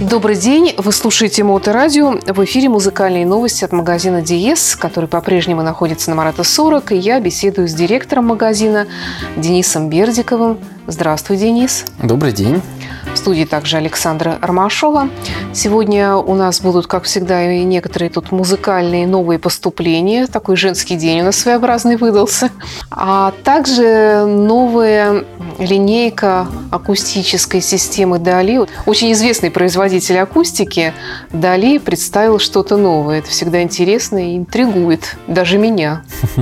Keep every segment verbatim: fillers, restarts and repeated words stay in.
Добрый день, вы слушаете Моторадио. В эфире музыкальные новости от магазина Диез, который по-прежнему находится на Марата сорок, и я беседую с директором магазина Денисом Бердиковым. Здравствуй, Денис. Добрый день. В студии также Александра Ромашова. Сегодня у нас будут, как всегда, и некоторые тут музыкальные новые поступления. Такой женский день у нас своеобразный выдался. А также новая линейка акустической системы Дали. Очень известный производитель акустики Дали представил что-то новое. Это всегда интересно и интригует даже меня.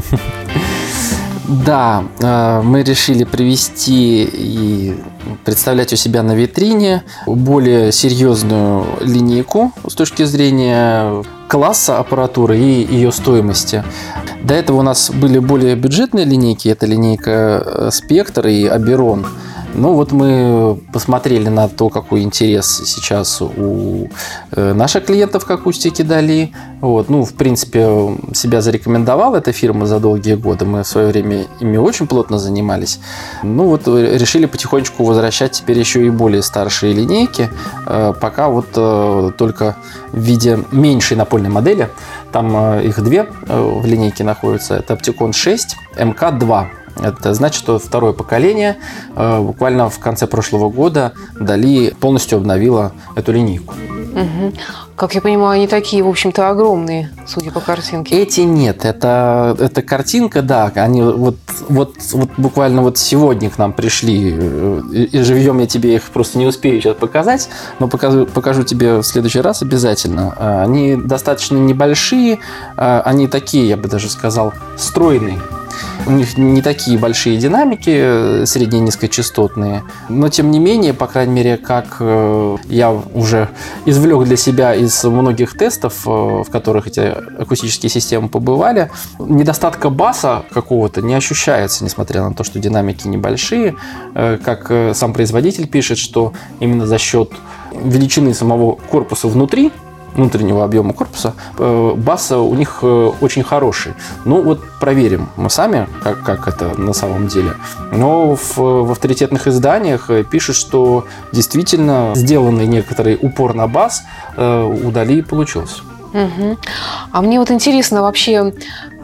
Да, мы решили привести и представлять у себя на витрине более серьезную линейку с точки зрения класса аппаратуры и ее стоимости. До этого у нас были более бюджетные линейки, это линейка Spectre и Oberon. Ну вот мы посмотрели на то, какой интерес сейчас у наших клиентов к акустике Дали. Вот. Ну, в принципе, себя зарекомендовала эта фирма за долгие годы. Мы в свое время ими очень плотно занимались. Ну вот решили потихонечку возвращать теперь еще и более старшие линейки. Пока вот только в виде меньшей напольной модели. Там их две в линейке находятся. Это Opticon шесть, эм ка два. Это значит, что второе поколение. Буквально в конце прошлого года Дали полностью обновила эту линейку. Угу. Как я понимаю, они такие, в общем-то, огромные, судя по картинке. Эти нет. Это, это картинка, да. Они вот, вот, вот буквально вот сегодня к нам пришли. И живьем я тебе их просто не успею сейчас показать, но покажу, покажу тебе в следующий раз обязательно. Они достаточно небольшие. Они такие, я бы даже сказал, стройные. У них не такие большие динамики, средние низкочастотные, но тем не менее, по крайней мере, как я уже извлек для себя из многих тестов, в которых эти акустические системы побывали, недостатка баса какого-то не ощущается, несмотря на то, что динамики небольшие. Как сам производитель пишет, что именно за счет величины самого корпуса внутри, внутреннего объема корпуса, бас у них очень хороший. Ну вот проверим мы сами, как, как это на самом деле. Но в, в авторитетных изданиях пишут, что действительно сделанный некоторый упор на бас у Дали получился. Угу. А мне вот интересно вообще,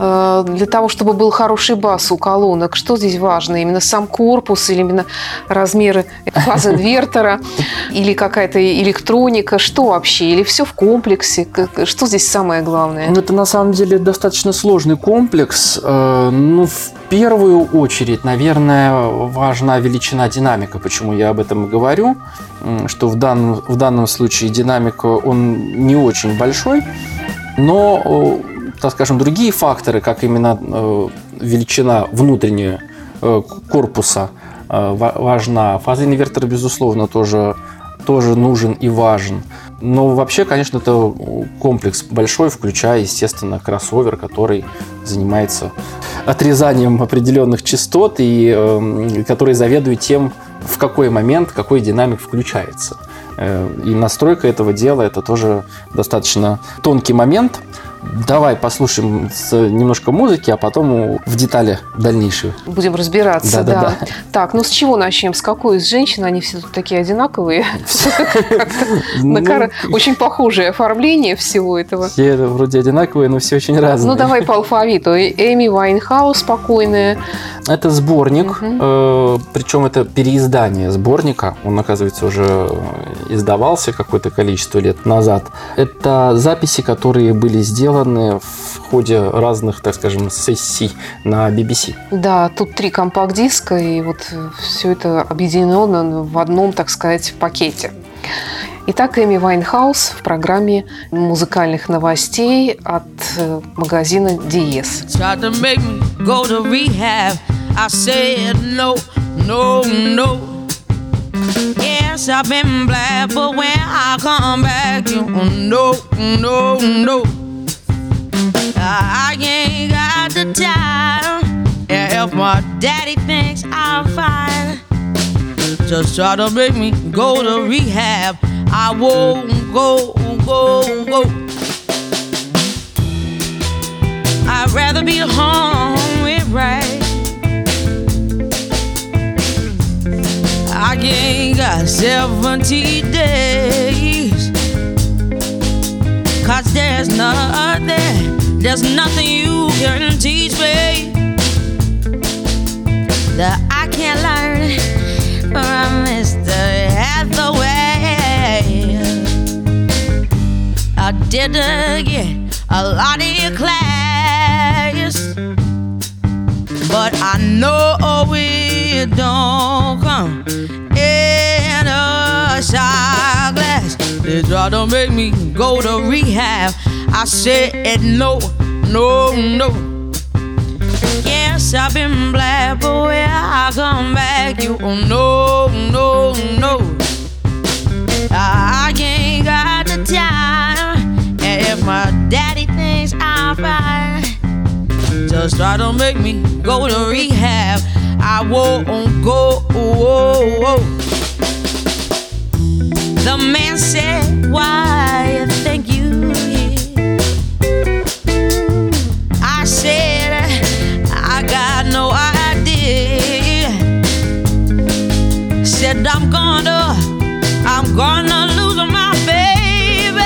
для того, чтобы был хороший бас у колонок, что здесь важно? Именно сам корпус или именно размеры фаз-инвертора или какая-то электроника? Что вообще? Или все в комплексе? Что здесь самое главное? Ну, это на самом деле достаточно сложный комплекс. Ну, в первую очередь, наверное, важна величина динамика. Почему я об этом и говорю? Что в данном, в данном случае динамик, он не очень большой, но, так скажем, другие факторы, как именно величина внутренняя корпуса важна. Фазоинвертор, безусловно, тоже, тоже нужен и важен. Но вообще, конечно, это комплекс большой, включая, естественно, кроссовер, который занимается отрезанием определенных частот и э, который заведует тем, в какой момент какой динамик включается. И настройка этого дела – это тоже достаточно тонкий момент. Давай послушаем немножко музыки, а потом в детали дальнейшие. Будем разбираться, да. да, да. Так, ну с чего начнем? С какой из женщин? Они все тут такие одинаковые. Очень похожее оформление всего этого. Все вроде одинаковые, но все очень разные. Ну давай по алфавиту. Эми Вайнхаус, спокойная. Это сборник, причем это переиздание сборника. Он, оказывается, уже издавался какое-то количество лет назад. Это записи, которые были сделаны в ходе разных, так скажем, сессий на би би си. Да, тут три компакт-диска, и вот все это объединено в одном, так сказать, пакете. Итак, Эми Вайнхаус в программе музыкальных новостей от магазина Диез. Yes, I've been black, but when I come back, you no, no, no. I ain't got the time. If my daddy thinks I'm fine, just try to make me go to rehab. I won't go, go, go. I'd rather be home with right. I ain't got seventy days there's nothing, there's nothing you can teach me that I can't learn from Mister Hathaway. I didn't get a lot in class, but I know it don't come in a shot glass. They try to make me go to rehab. I said no, no, no. Yes, I've been black, but when I come back, you oh, no, no, no. I ain't got the time, and if my daddy thinks I'm fine, just try to make me go to rehab. I won't go. Whoa, whoa. The man said, why you think you here? I said, I got no idea. Said I'm gonna, I'm gonna lose my baby.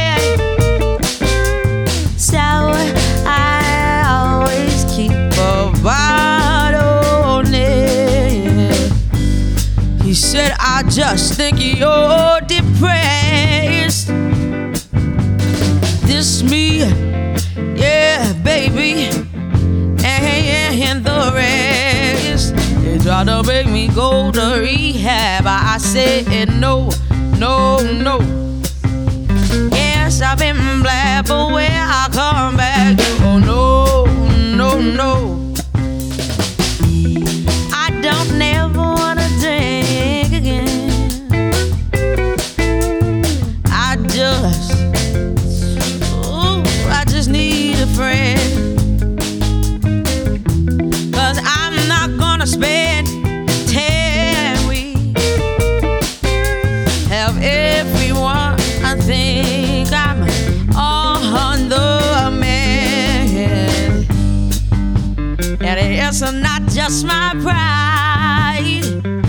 So I always keep a bottle on it. He said, I just think you're depressed. This me, yeah, baby, and the rest. They try to make me go to rehab. I said no, no, no. Yes, I've been black, but when I come back, oh no, no, no. I don't never wanna drink again. I just, ooh, I just need a friend. Cause I'm not gonna spend ten weeks. Have everyone I think I'm on the man. And it's not just my pride,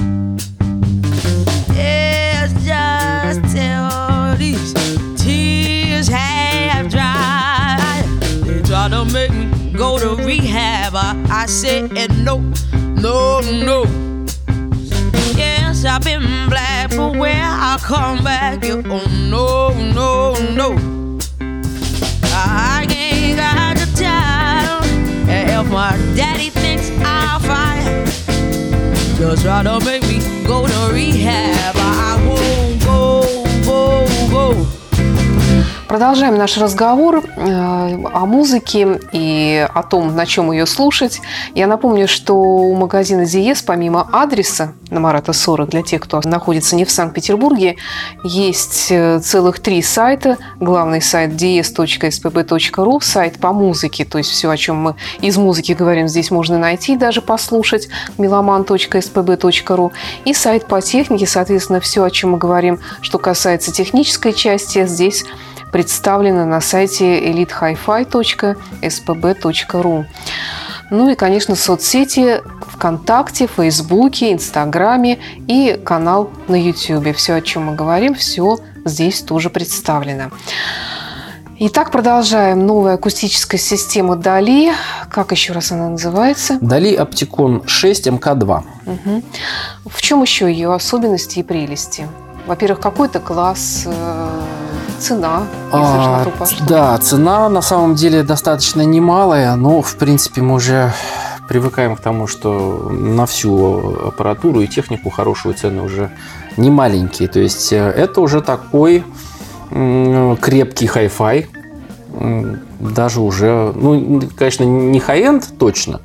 it's just till these tears have dried. They try to make me go to rehab. I, I said no, no, no. Yes, I've been black, but when I come back, you oh no, no, no. I ain't got the time. And if my daddy thinks I'm fine, just try to make me go to rehab. I won't go, go, go. Продолжаем наш разговор э, о музыке и о том, на чем ее слушать. Я напомню, что у магазина Диез, помимо адреса на Марата сорок, для тех, кто находится не в Санкт-Петербурге, есть целых три сайта. Главный сайт диез точка эс пэ бэ точка ру, сайт по музыке, то есть все, о чем мы из музыки говорим, здесь можно найти, даже послушать, меломан точка эс пэ бэ точка ру, и сайт по технике, соответственно, все, о чем мы говорим, что касается технической части, здесь представлена на сайте элит хай фай точка эс пэ бэ точка ру. Ну и, конечно, соцсети ВКонтакте, Фейсбуке, Инстаграме и канал на Ютьюбе. Все, о чем мы говорим, все здесь тоже представлено. Итак, продолжаем. Новая акустическая система Dali. Как еще раз она называется? Dali Opticon шесть эм ка два. Угу. В чем еще ее особенности и прелести? Во-первых, какой-то класс, цена, если а, же на то пошло. Да, цена на самом деле достаточно немалая, но, в принципе, мы уже привыкаем к тому, что на всю аппаратуру и технику хорошие цены уже не маленькие. То есть это уже такой крепкий хай-фай, даже уже, ну, конечно, не хай-энд точно,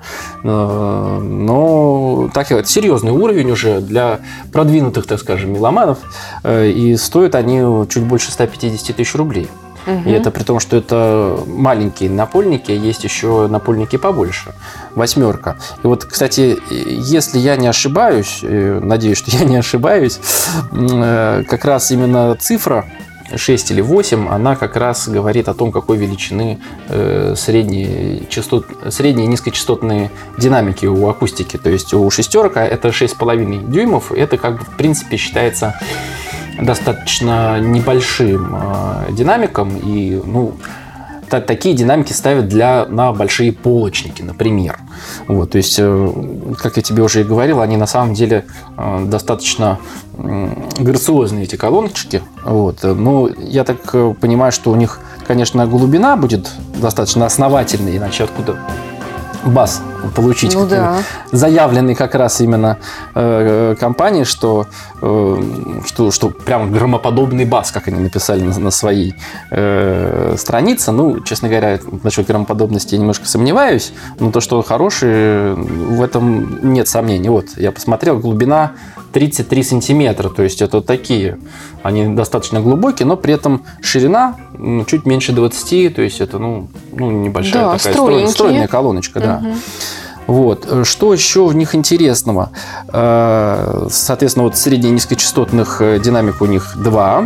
но так, серьезный уровень уже для продвинутых, так скажем, меломанов, и стоят они чуть больше ста пятидесяти тысяч рублей. Угу. И это при том, что это маленькие напольники, есть еще напольники побольше, восьмерка. И вот, кстати, если я не ошибаюсь, надеюсь, что я не ошибаюсь, как раз именно цифра шесть или восемь, она как раз говорит о том, какой величины э, средние, частот, средние низкочастотные динамики у акустики. То есть у шестерка это шесть с половиной дюймов, это как бы в принципе считается достаточно небольшим э, динамиком, и, ну, та, такие динамики ставят для, на большие полочники, например. Вот, то есть, э, как я тебе уже и говорил, они на самом деле э, достаточно э, грациозные, эти колоночки. Вот. Но я так э, понимаю, что у них, конечно, глубина будет достаточно основательной, иначе откуда бас получить, ну, да. заявленный как раз именно э, компанией, что, э, что, что прям громоподобный бас, как они написали на, на своей э, странице. Ну, честно говоря, насчет громоподобности я немножко сомневаюсь, но то, что хорошие, в этом нет сомнений. Вот, я посмотрел, глубина тридцать три сантиметра, то есть это такие, они достаточно глубокие, но при этом ширина ну, чуть меньше двадцати, то есть это ну, ну небольшая да, такая стройная, стройная колоночка, да. Угу. Вот. Что еще в них интересного? Соответственно, вот средне- и низкочастотных динамик у них два,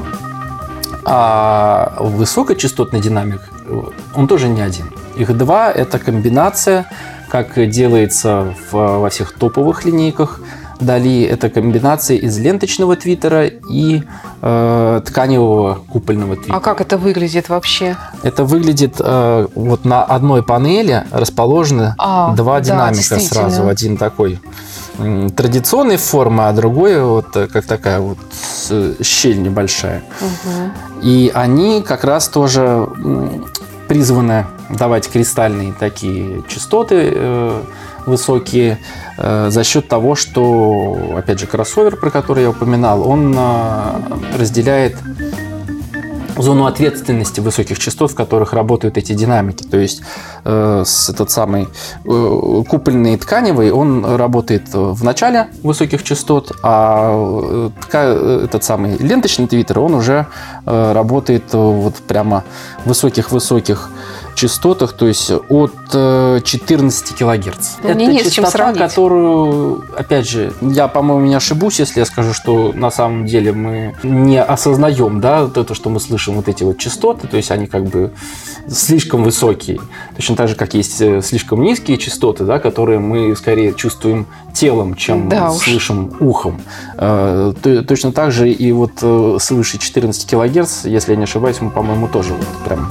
а высокочастотный динамик, он тоже не один. Их два – это комбинация, как делается в, во всех топовых линейках Dali. Это комбинация из ленточного твиттера и э, тканевого купольного твиттера. А как это выглядит вообще? Это выглядит э, вот на одной панели расположены а, два да, динамика сразу. Один такой м, традиционной формы, а другой вот как такая вот щель небольшая. Угу. И они как раз тоже м, призваны давать кристальные такие частоты э, высокие э, за счет того, что, опять же, кроссовер, про который я упоминал, он э, разделяет зону ответственности высоких частот, в которых работают эти динамики. То есть э, с этот самый э, купольный тканевый, он работает в начале высоких частот, а э, этот самый ленточный твиттер, он уже э, работает вот прямо в высоких-высоких частотах, то есть от четырнадцати килогерц. Ну, это не частота, которую, опять же, я, по-моему, не ошибусь, если я скажу, что на самом деле мы не осознаем, да, вот это, что мы слышим, вот эти вот частоты, то есть они как бы слишком высокие. Точно так же, как есть слишком низкие частоты, да, которые мы скорее чувствуем телом, чем да слышим ухом. Точно так же и вот свыше четырнадцати килогерц, если я не ошибаюсь, мы, по-моему, тоже вот прям...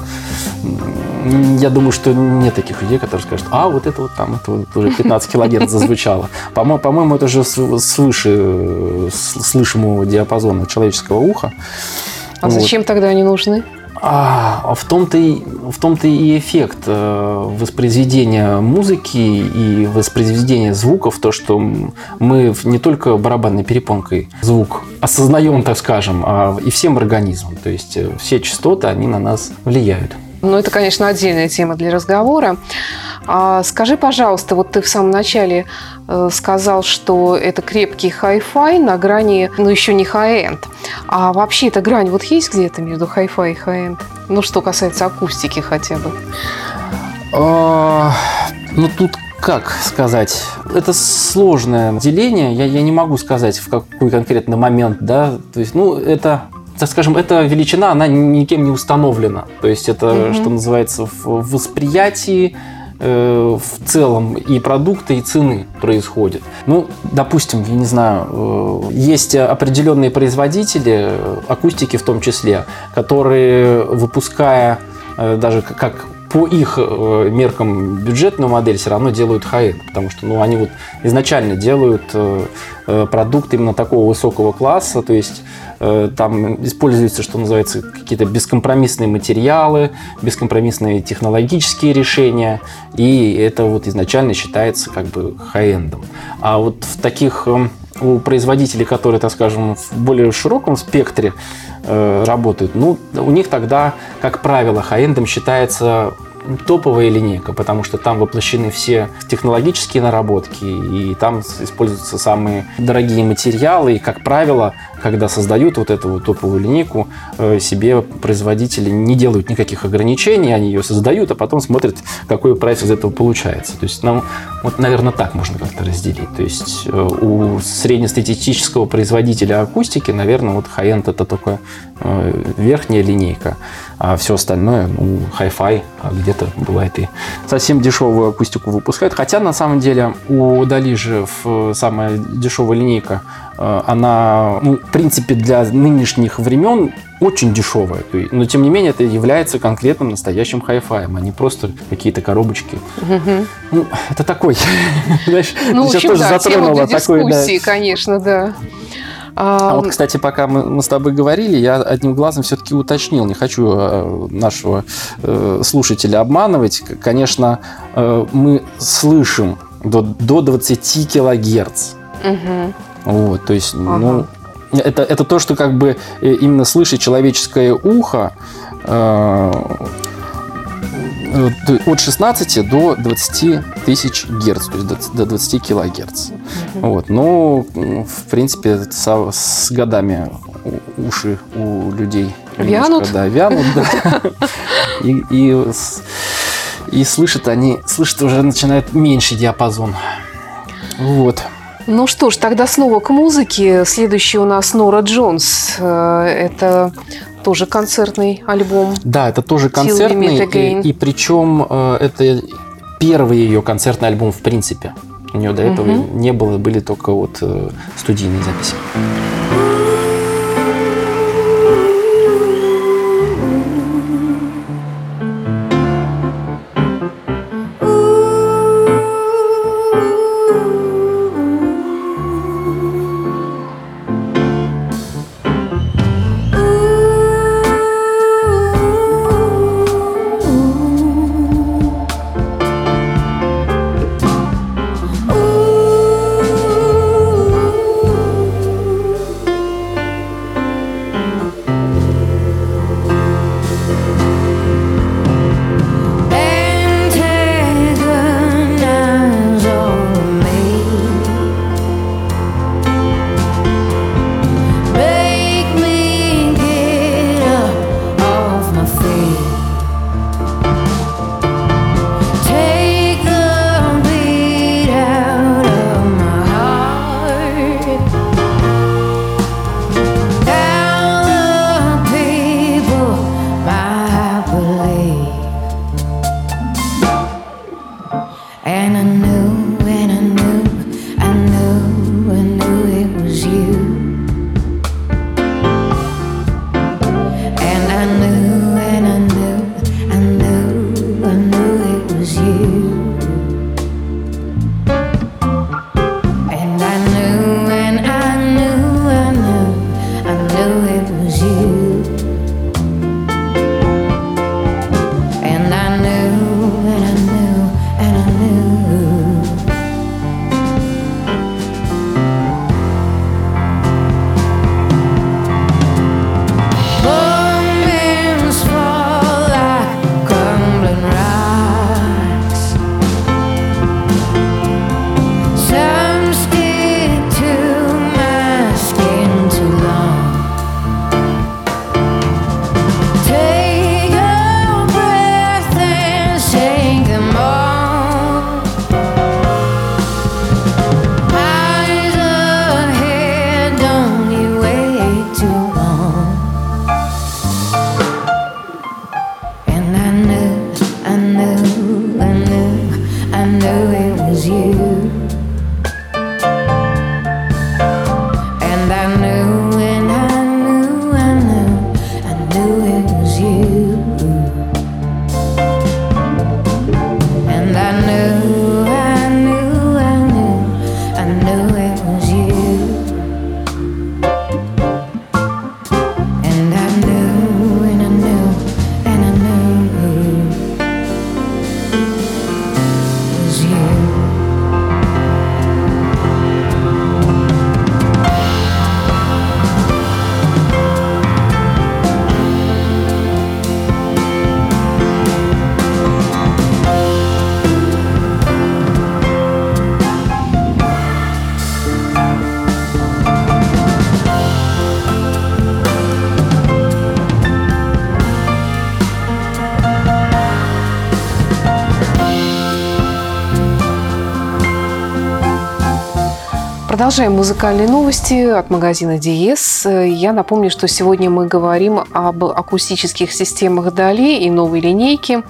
Я думаю, что нет таких людей, которые скажут, а вот это вот там, это вот уже пятнадцать килогерц зазвучало. По-мо- по-моему, это же свыше слышимого диапазона человеческого уха. А вот. Зачем тогда они нужны? А, в том-то и, в том-то и эффект воспроизведения музыки и воспроизведения звуков, то, что мы не только барабанной перепонкой звук осознаем, так скажем, а и всем организмом. То есть все частоты, они на нас влияют. Ну, это, конечно, отдельная тема для разговора. А скажи, пожалуйста, вот ты в самом начале э, сказал, что это крепкий хай-фай на грани, ну, еще не хай-энд. А вообще эта грань вот есть где-то между хай-фай и хай-энд? Ну, что касается акустики хотя бы. А, ну, тут как сказать? Это сложное деление. Я, я не могу сказать, в какой конкретно момент, да. То есть, ну, это... Так скажем, эта величина, она никем не установлена. То есть это, mm-hmm. что называется, в восприятии э, в целом и продукта, и цены происходит. Ну, допустим, я не знаю, э, есть определенные производители, акустики в том числе, которые, выпуская э, даже как по их э, меркам бюджетную модель, все равно делают хай-энд, потому что ну, они вот изначально делают э, э, продукт именно такого высокого класса, то есть э, там используются, что называется, какие-то бескомпромиссные материалы, бескомпромиссные технологические решения, и это вот изначально считается как бы хай-эндом. А вот в таких э, у производителей, которые, так скажем, в более широком спектре э, работают, ну, у них тогда, как правило, хай-эндом считается топовая линейка, потому что там воплощены все технологические наработки, и там используются самые дорогие материалы, и, как правило, когда создают вот эту вот топовую линейку, себе производители не делают никаких ограничений, они ее создают, а потом смотрят, какой прайс из этого получается. То есть, ну, вот, наверное, так можно как-то разделить. То есть у среднестатистического производителя акустики, наверное, вот хай-энд это только верхняя линейка, а все остальное, ну, хай-фай, а где-то бывает и совсем дешевую акустику выпускают. Хотя, на самом деле, у Dali же в самая дешевая линейка она, ну, в принципе, для нынешних времен очень дешевая. Но, тем не менее, это является конкретным настоящим хай-фаем, а не просто какие-то коробочки. Угу. Ну, это такой, знаешь, ну, в общем, да, тема для такой, дискуссии, да. конечно, да. А вот, кстати, пока мы, мы с тобой говорили, я одним глазом все-таки уточнил, не хочу э, нашего э, слушателя обманывать. Конечно, э, мы слышим до, до двадцати килогерц. Угу. Вот, то есть, ага. ну, это, это то, что как бы именно слышит человеческое ухо э, от шестнадцати до двадцати тысяч герц, то есть до двадцати килогерц. Mm-hmm. Вот. Но, в принципе, со, с годами уши у людей вянут, да, вянут, да. И, и, и слышат они, слышат уже начинает меньший диапазон. Вот. Ну что ж, тогда снова к музыке. Следующий у нас Нора Джонс. Это тоже концертный альбом. Да, это тоже концертный. И, и причем это первый ее концертный альбом в принципе. У нее до этого угу. не было, были только вот студийные записи. Продолжаем музыкальные новости от магазина Диез. Я напомню, что сегодня мы говорим об акустических системах Дали и новой линейке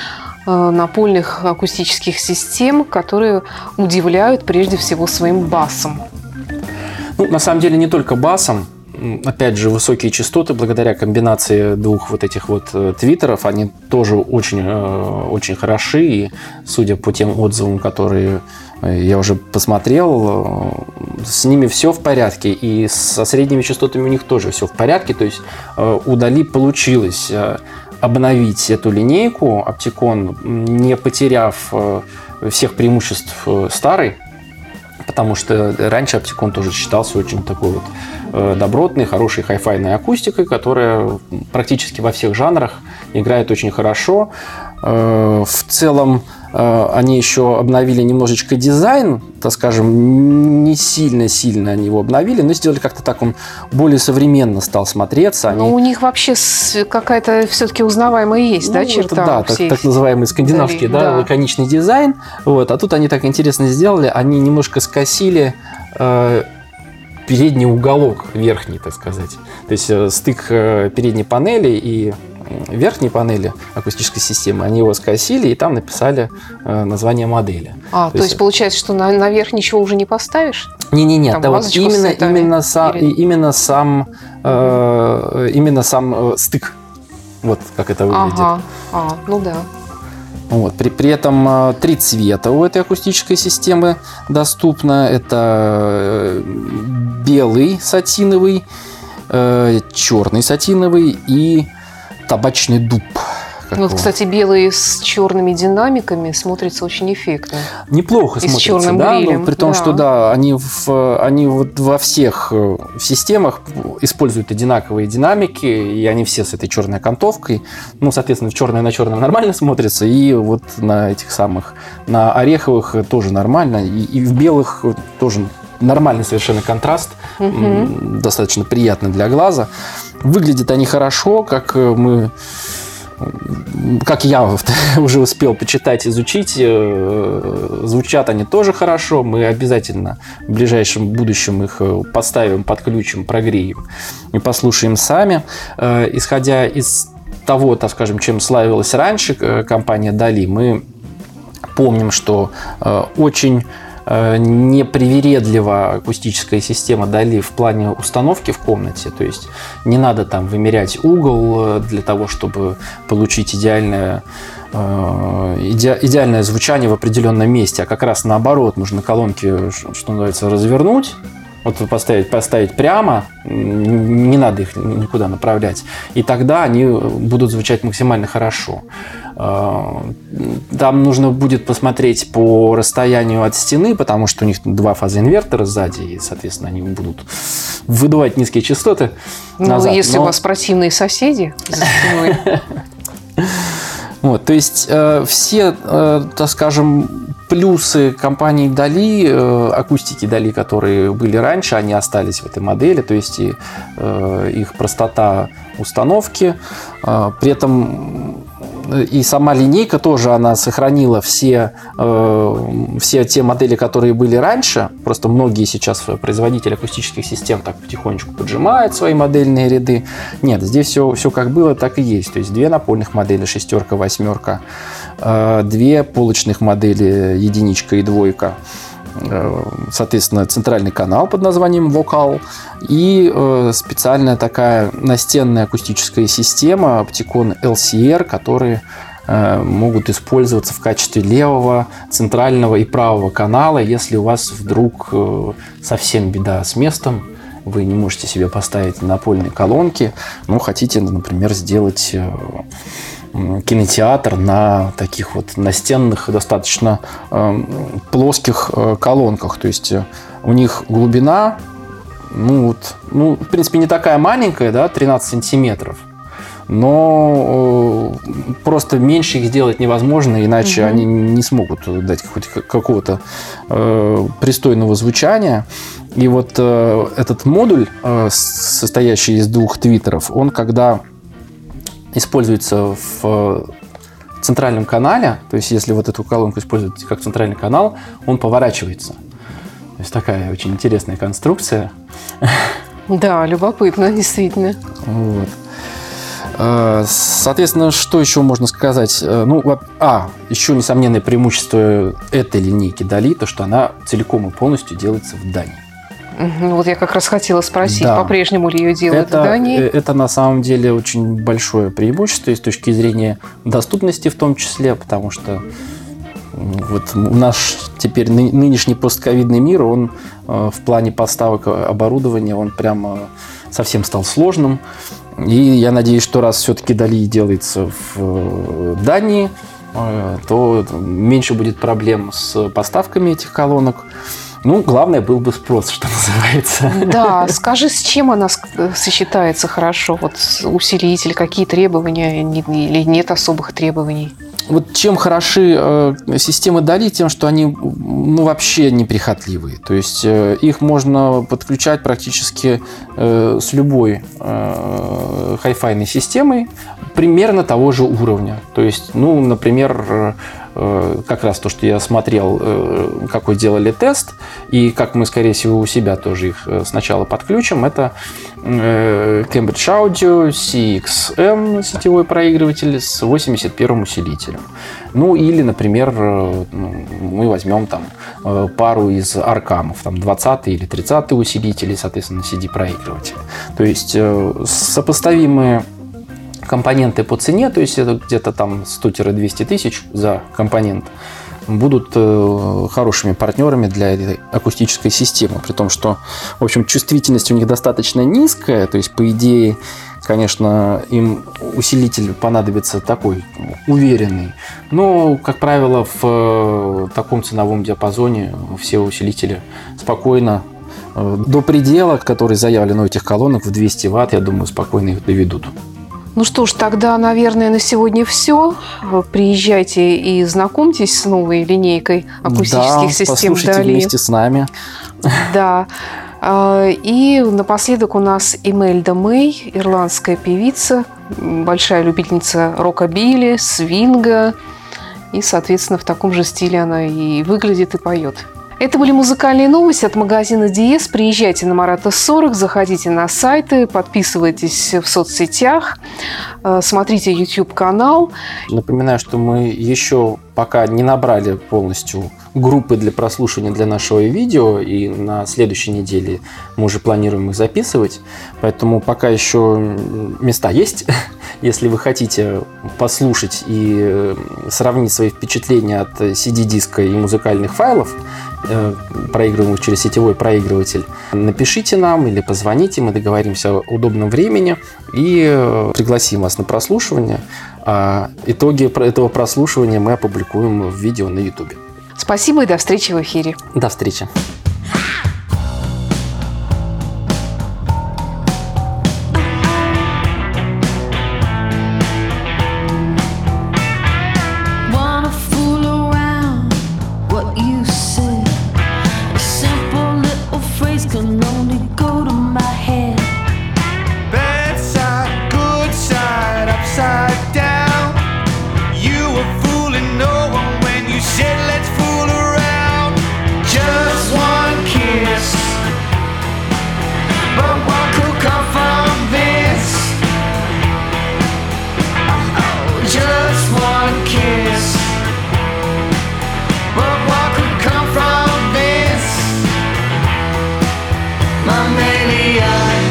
напольных акустических систем, которые удивляют прежде всего своим басом. Ну, на самом деле, не только басом. Опять же, высокие частоты, благодаря комбинации двух вот этих вот твиттеров, они тоже очень, очень хороши. И, судя по тем отзывам, которые я уже посмотрел, с ними все в порядке. И со средними частотами у них тоже все в порядке. То есть у Dali получилось обновить эту линейку Opticon, не потеряв всех преимуществ старой. Потому что раньше Opticon тоже считался очень такой вот э, добротной, хорошей хай-файной акустикой, которая практически во всех жанрах играет очень хорошо. Э, в целом э, они еще обновили немножечко дизайн, так скажем, не сильно-сильно они его обновили, но сделали как-то так, он более современно стал смотреться. Они... Но у них вообще какая-то все-таки узнаваемая есть, ну, да, черта? Да, так, так называемый скандинавский, да, да, лаконичный дизайн. Вот. А тут они так интересно сделали, они немножко скосили э, передний уголок верхний, так сказать. То есть э, стык э, передней панели и верхней панели акустической системы, они его скосили и там написали э, название модели. А, то, то есть, есть получается, что на, наверх ничего уже не поставишь? Не-не-не, да, вот именно, именно, са, или... именно сам, э, именно сам э, стык. Вот как это выглядит. Ага, а, ну да. Вот. При, при этом три цвета у этой акустической системы доступно. Это белый сатиновый, э, черный сатиновый и табачный дуб. Ну, вот, кстати, белый с черными динамиками смотрится очень эффектно. Неплохо и смотрится, с черным да, грилем. Но при том, да. что да, они, в, они вот во всех системах используют одинаковые динамики, и они все с этой черной окантовкой. Ну, соответственно, черное на черном нормально смотрится, и вот на этих самых, на ореховых тоже нормально, и, и в белых тоже нормальный совершенно контраст, угу. Достаточно приятный для глаза. Выглядят они хорошо, как мы... Как я уже успел почитать, изучить, звучат они тоже хорошо. Мы обязательно в ближайшем будущем их поставим, подключим, прогреем и послушаем сами. Исходя из того, так скажем, чем славилась раньше компания Dali, мы помним, что очень непривередлива акустическая система Dali в плане установки в комнате. То есть не надо там вымерять угол для того, чтобы получить идеальное, иде, идеальное звучание в определенном месте. А как раз наоборот, нужно колонки, что называется, развернуть. Вот поставить, поставить прямо, не надо их никуда направлять. И тогда они будут звучать максимально хорошо. Там нужно будет посмотреть по расстоянию от стены, потому что у них два фазоинвертора сзади, и, соответственно, они будут выдувать низкие частоты ну, назад. Если Но... у вас противные соседи за стеной. Вот, то есть э, все, э, так скажем, плюсы компании Dali, э, акустики Dali, которые были раньше, они остались в этой модели, то есть и, э, их простота установки, э, при этом и сама линейка тоже, она сохранила все, э, все те модели, которые были раньше. Просто многие сейчас производители акустических систем так потихонечку поджимают свои модельные ряды. Нет, здесь все, все как было, так и есть. То есть две напольных модели, шестерка, восьмерка, э, две полочных модели, единичка и двойка. Соответственно, центральный канал под названием «Вокал» и э, специальная такая настенная акустическая система Opticon эл си ар, которые э, могут использоваться в качестве левого, центрального и правого канала, если у вас вдруг э, совсем беда с местом, вы не можете себе поставить напольные колонки, но хотите, например, сделать... Э, кинотеатр на таких вот настенных, достаточно э, плоских э, колонках. То есть э, у них глубина, ну, вот, ну, в принципе, не такая маленькая, да, тринадцать сантиметров. Но э, просто меньше их сделать невозможно, иначе угу. они не смогут дать какого-то э, пристойного звучания. И вот э, этот модуль, э, состоящий из двух твиттеров, он когда... используется в центральном канале, то есть если вот эту колонку использовать как центральный канал, он поворачивается. То есть такая очень интересная конструкция. Да, любопытно, действительно. Вот. Соответственно, что еще можно сказать? Ну, а, еще несомненное преимущество этой линейки Dali, то, что она целиком и полностью делается в Дании. Мгм. Вот я как раз хотела спросить, Да. по-прежнему ли ее делают Это, в Дании? э, это на самом деле очень большое преимущество и с точки зрения доступности в том числе, потому что м, вот наш теперь ны- нынешний постковидный мир, он э, в плане поставок оборудования, он прямо совсем стал сложным. И я надеюсь, что раз все-таки Дали делается в э, Дании, э, то меньше будет проблем с поставками этих колонок. Ну, главное, был бы спрос, что называется. Да, скажи, с чем она ск- сочетается хорошо? Вот с- усилитель, какие требования не- или нет особых требований? Вот чем хороши э, системы Дали, тем, что они ну, вообще неприхотливые. То есть э, их можно подключать практически э, с любой э, хай-файной системой примерно того же уровня. То есть, ну, например, э, э, как раз то, что я смотрел, э, какой делали тест, и как мы, скорее всего, у себя тоже их э, сначала подключим, это э, Cambridge Audio си икс эм сетевой проигрыватель с восемьдесят первым усилителем. Ну или, например, э, ну, мы возьмем там э, пару из аркамов, там двадцатый или тридцатый усилители, соответственно, си ди-проигрыватели. То есть э, сопоставимые компоненты по цене, то есть это где-то там сто-двести тысяч за компонент, будут э, хорошими партнерами для этой акустической системы. При том, что, в общем, чувствительность у них достаточно низкая, то есть, по идее, конечно, им усилитель понадобится такой уверенный. Но, как правило, в э, таком ценовом диапазоне все усилители спокойно э, до предела, который заявлен у этих колонок в двести ватт, я думаю, спокойно их доведут. Ну что ж, тогда, наверное, на сегодня все. Приезжайте и знакомьтесь с новой линейкой акустических Да, систем послушайте Дали. вместе с нами. Да. А, И напоследок у нас Имельда Мэй, ирландская певица, м, большая любительница рокобили, свинга. И, соответственно, в таком же стиле она и выглядит, и поет. Это были музыкальные новости от магазина Диез. Приезжайте на Марата сорок, заходите на сайты, подписывайтесь в соцсетях, э, смотрите YouTube-канал. Напоминаю, что мы еще пока не набрали полностью группы для прослушивания для нашего видео, и на следующей неделе мы уже планируем их записывать, поэтому пока еще места есть. Если вы хотите послушать и сравнить свои впечатления от си ди-диска и музыкальных файлов, проигрываемых через сетевой проигрыватель, напишите нам или позвоните, мы договоримся о удобном времени и пригласим вас на прослушивание. А итоги этого прослушивания мы опубликуем в видео на YouTube. Спасибо и до встречи в эфире. До встречи. Wanna fool around what you said. A simple little phrase can only go to my head. Bad side, good side, upside down. You were fooling no one when you said let's fool around. Just one kiss, but what could come from this? Oh, just one kiss, but what could come from this? Mammalia,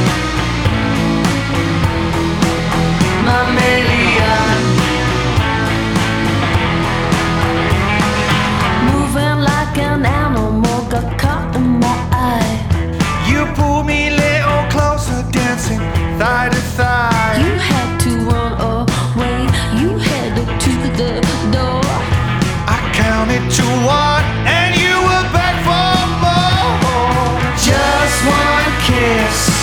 Mammalia. Moving like an animal, got caught in my eye. You pull me a little closer, dancing thigh to thigh. You had to run away, you headed to the door. I counted to one, and you were back for more. Just one kiss,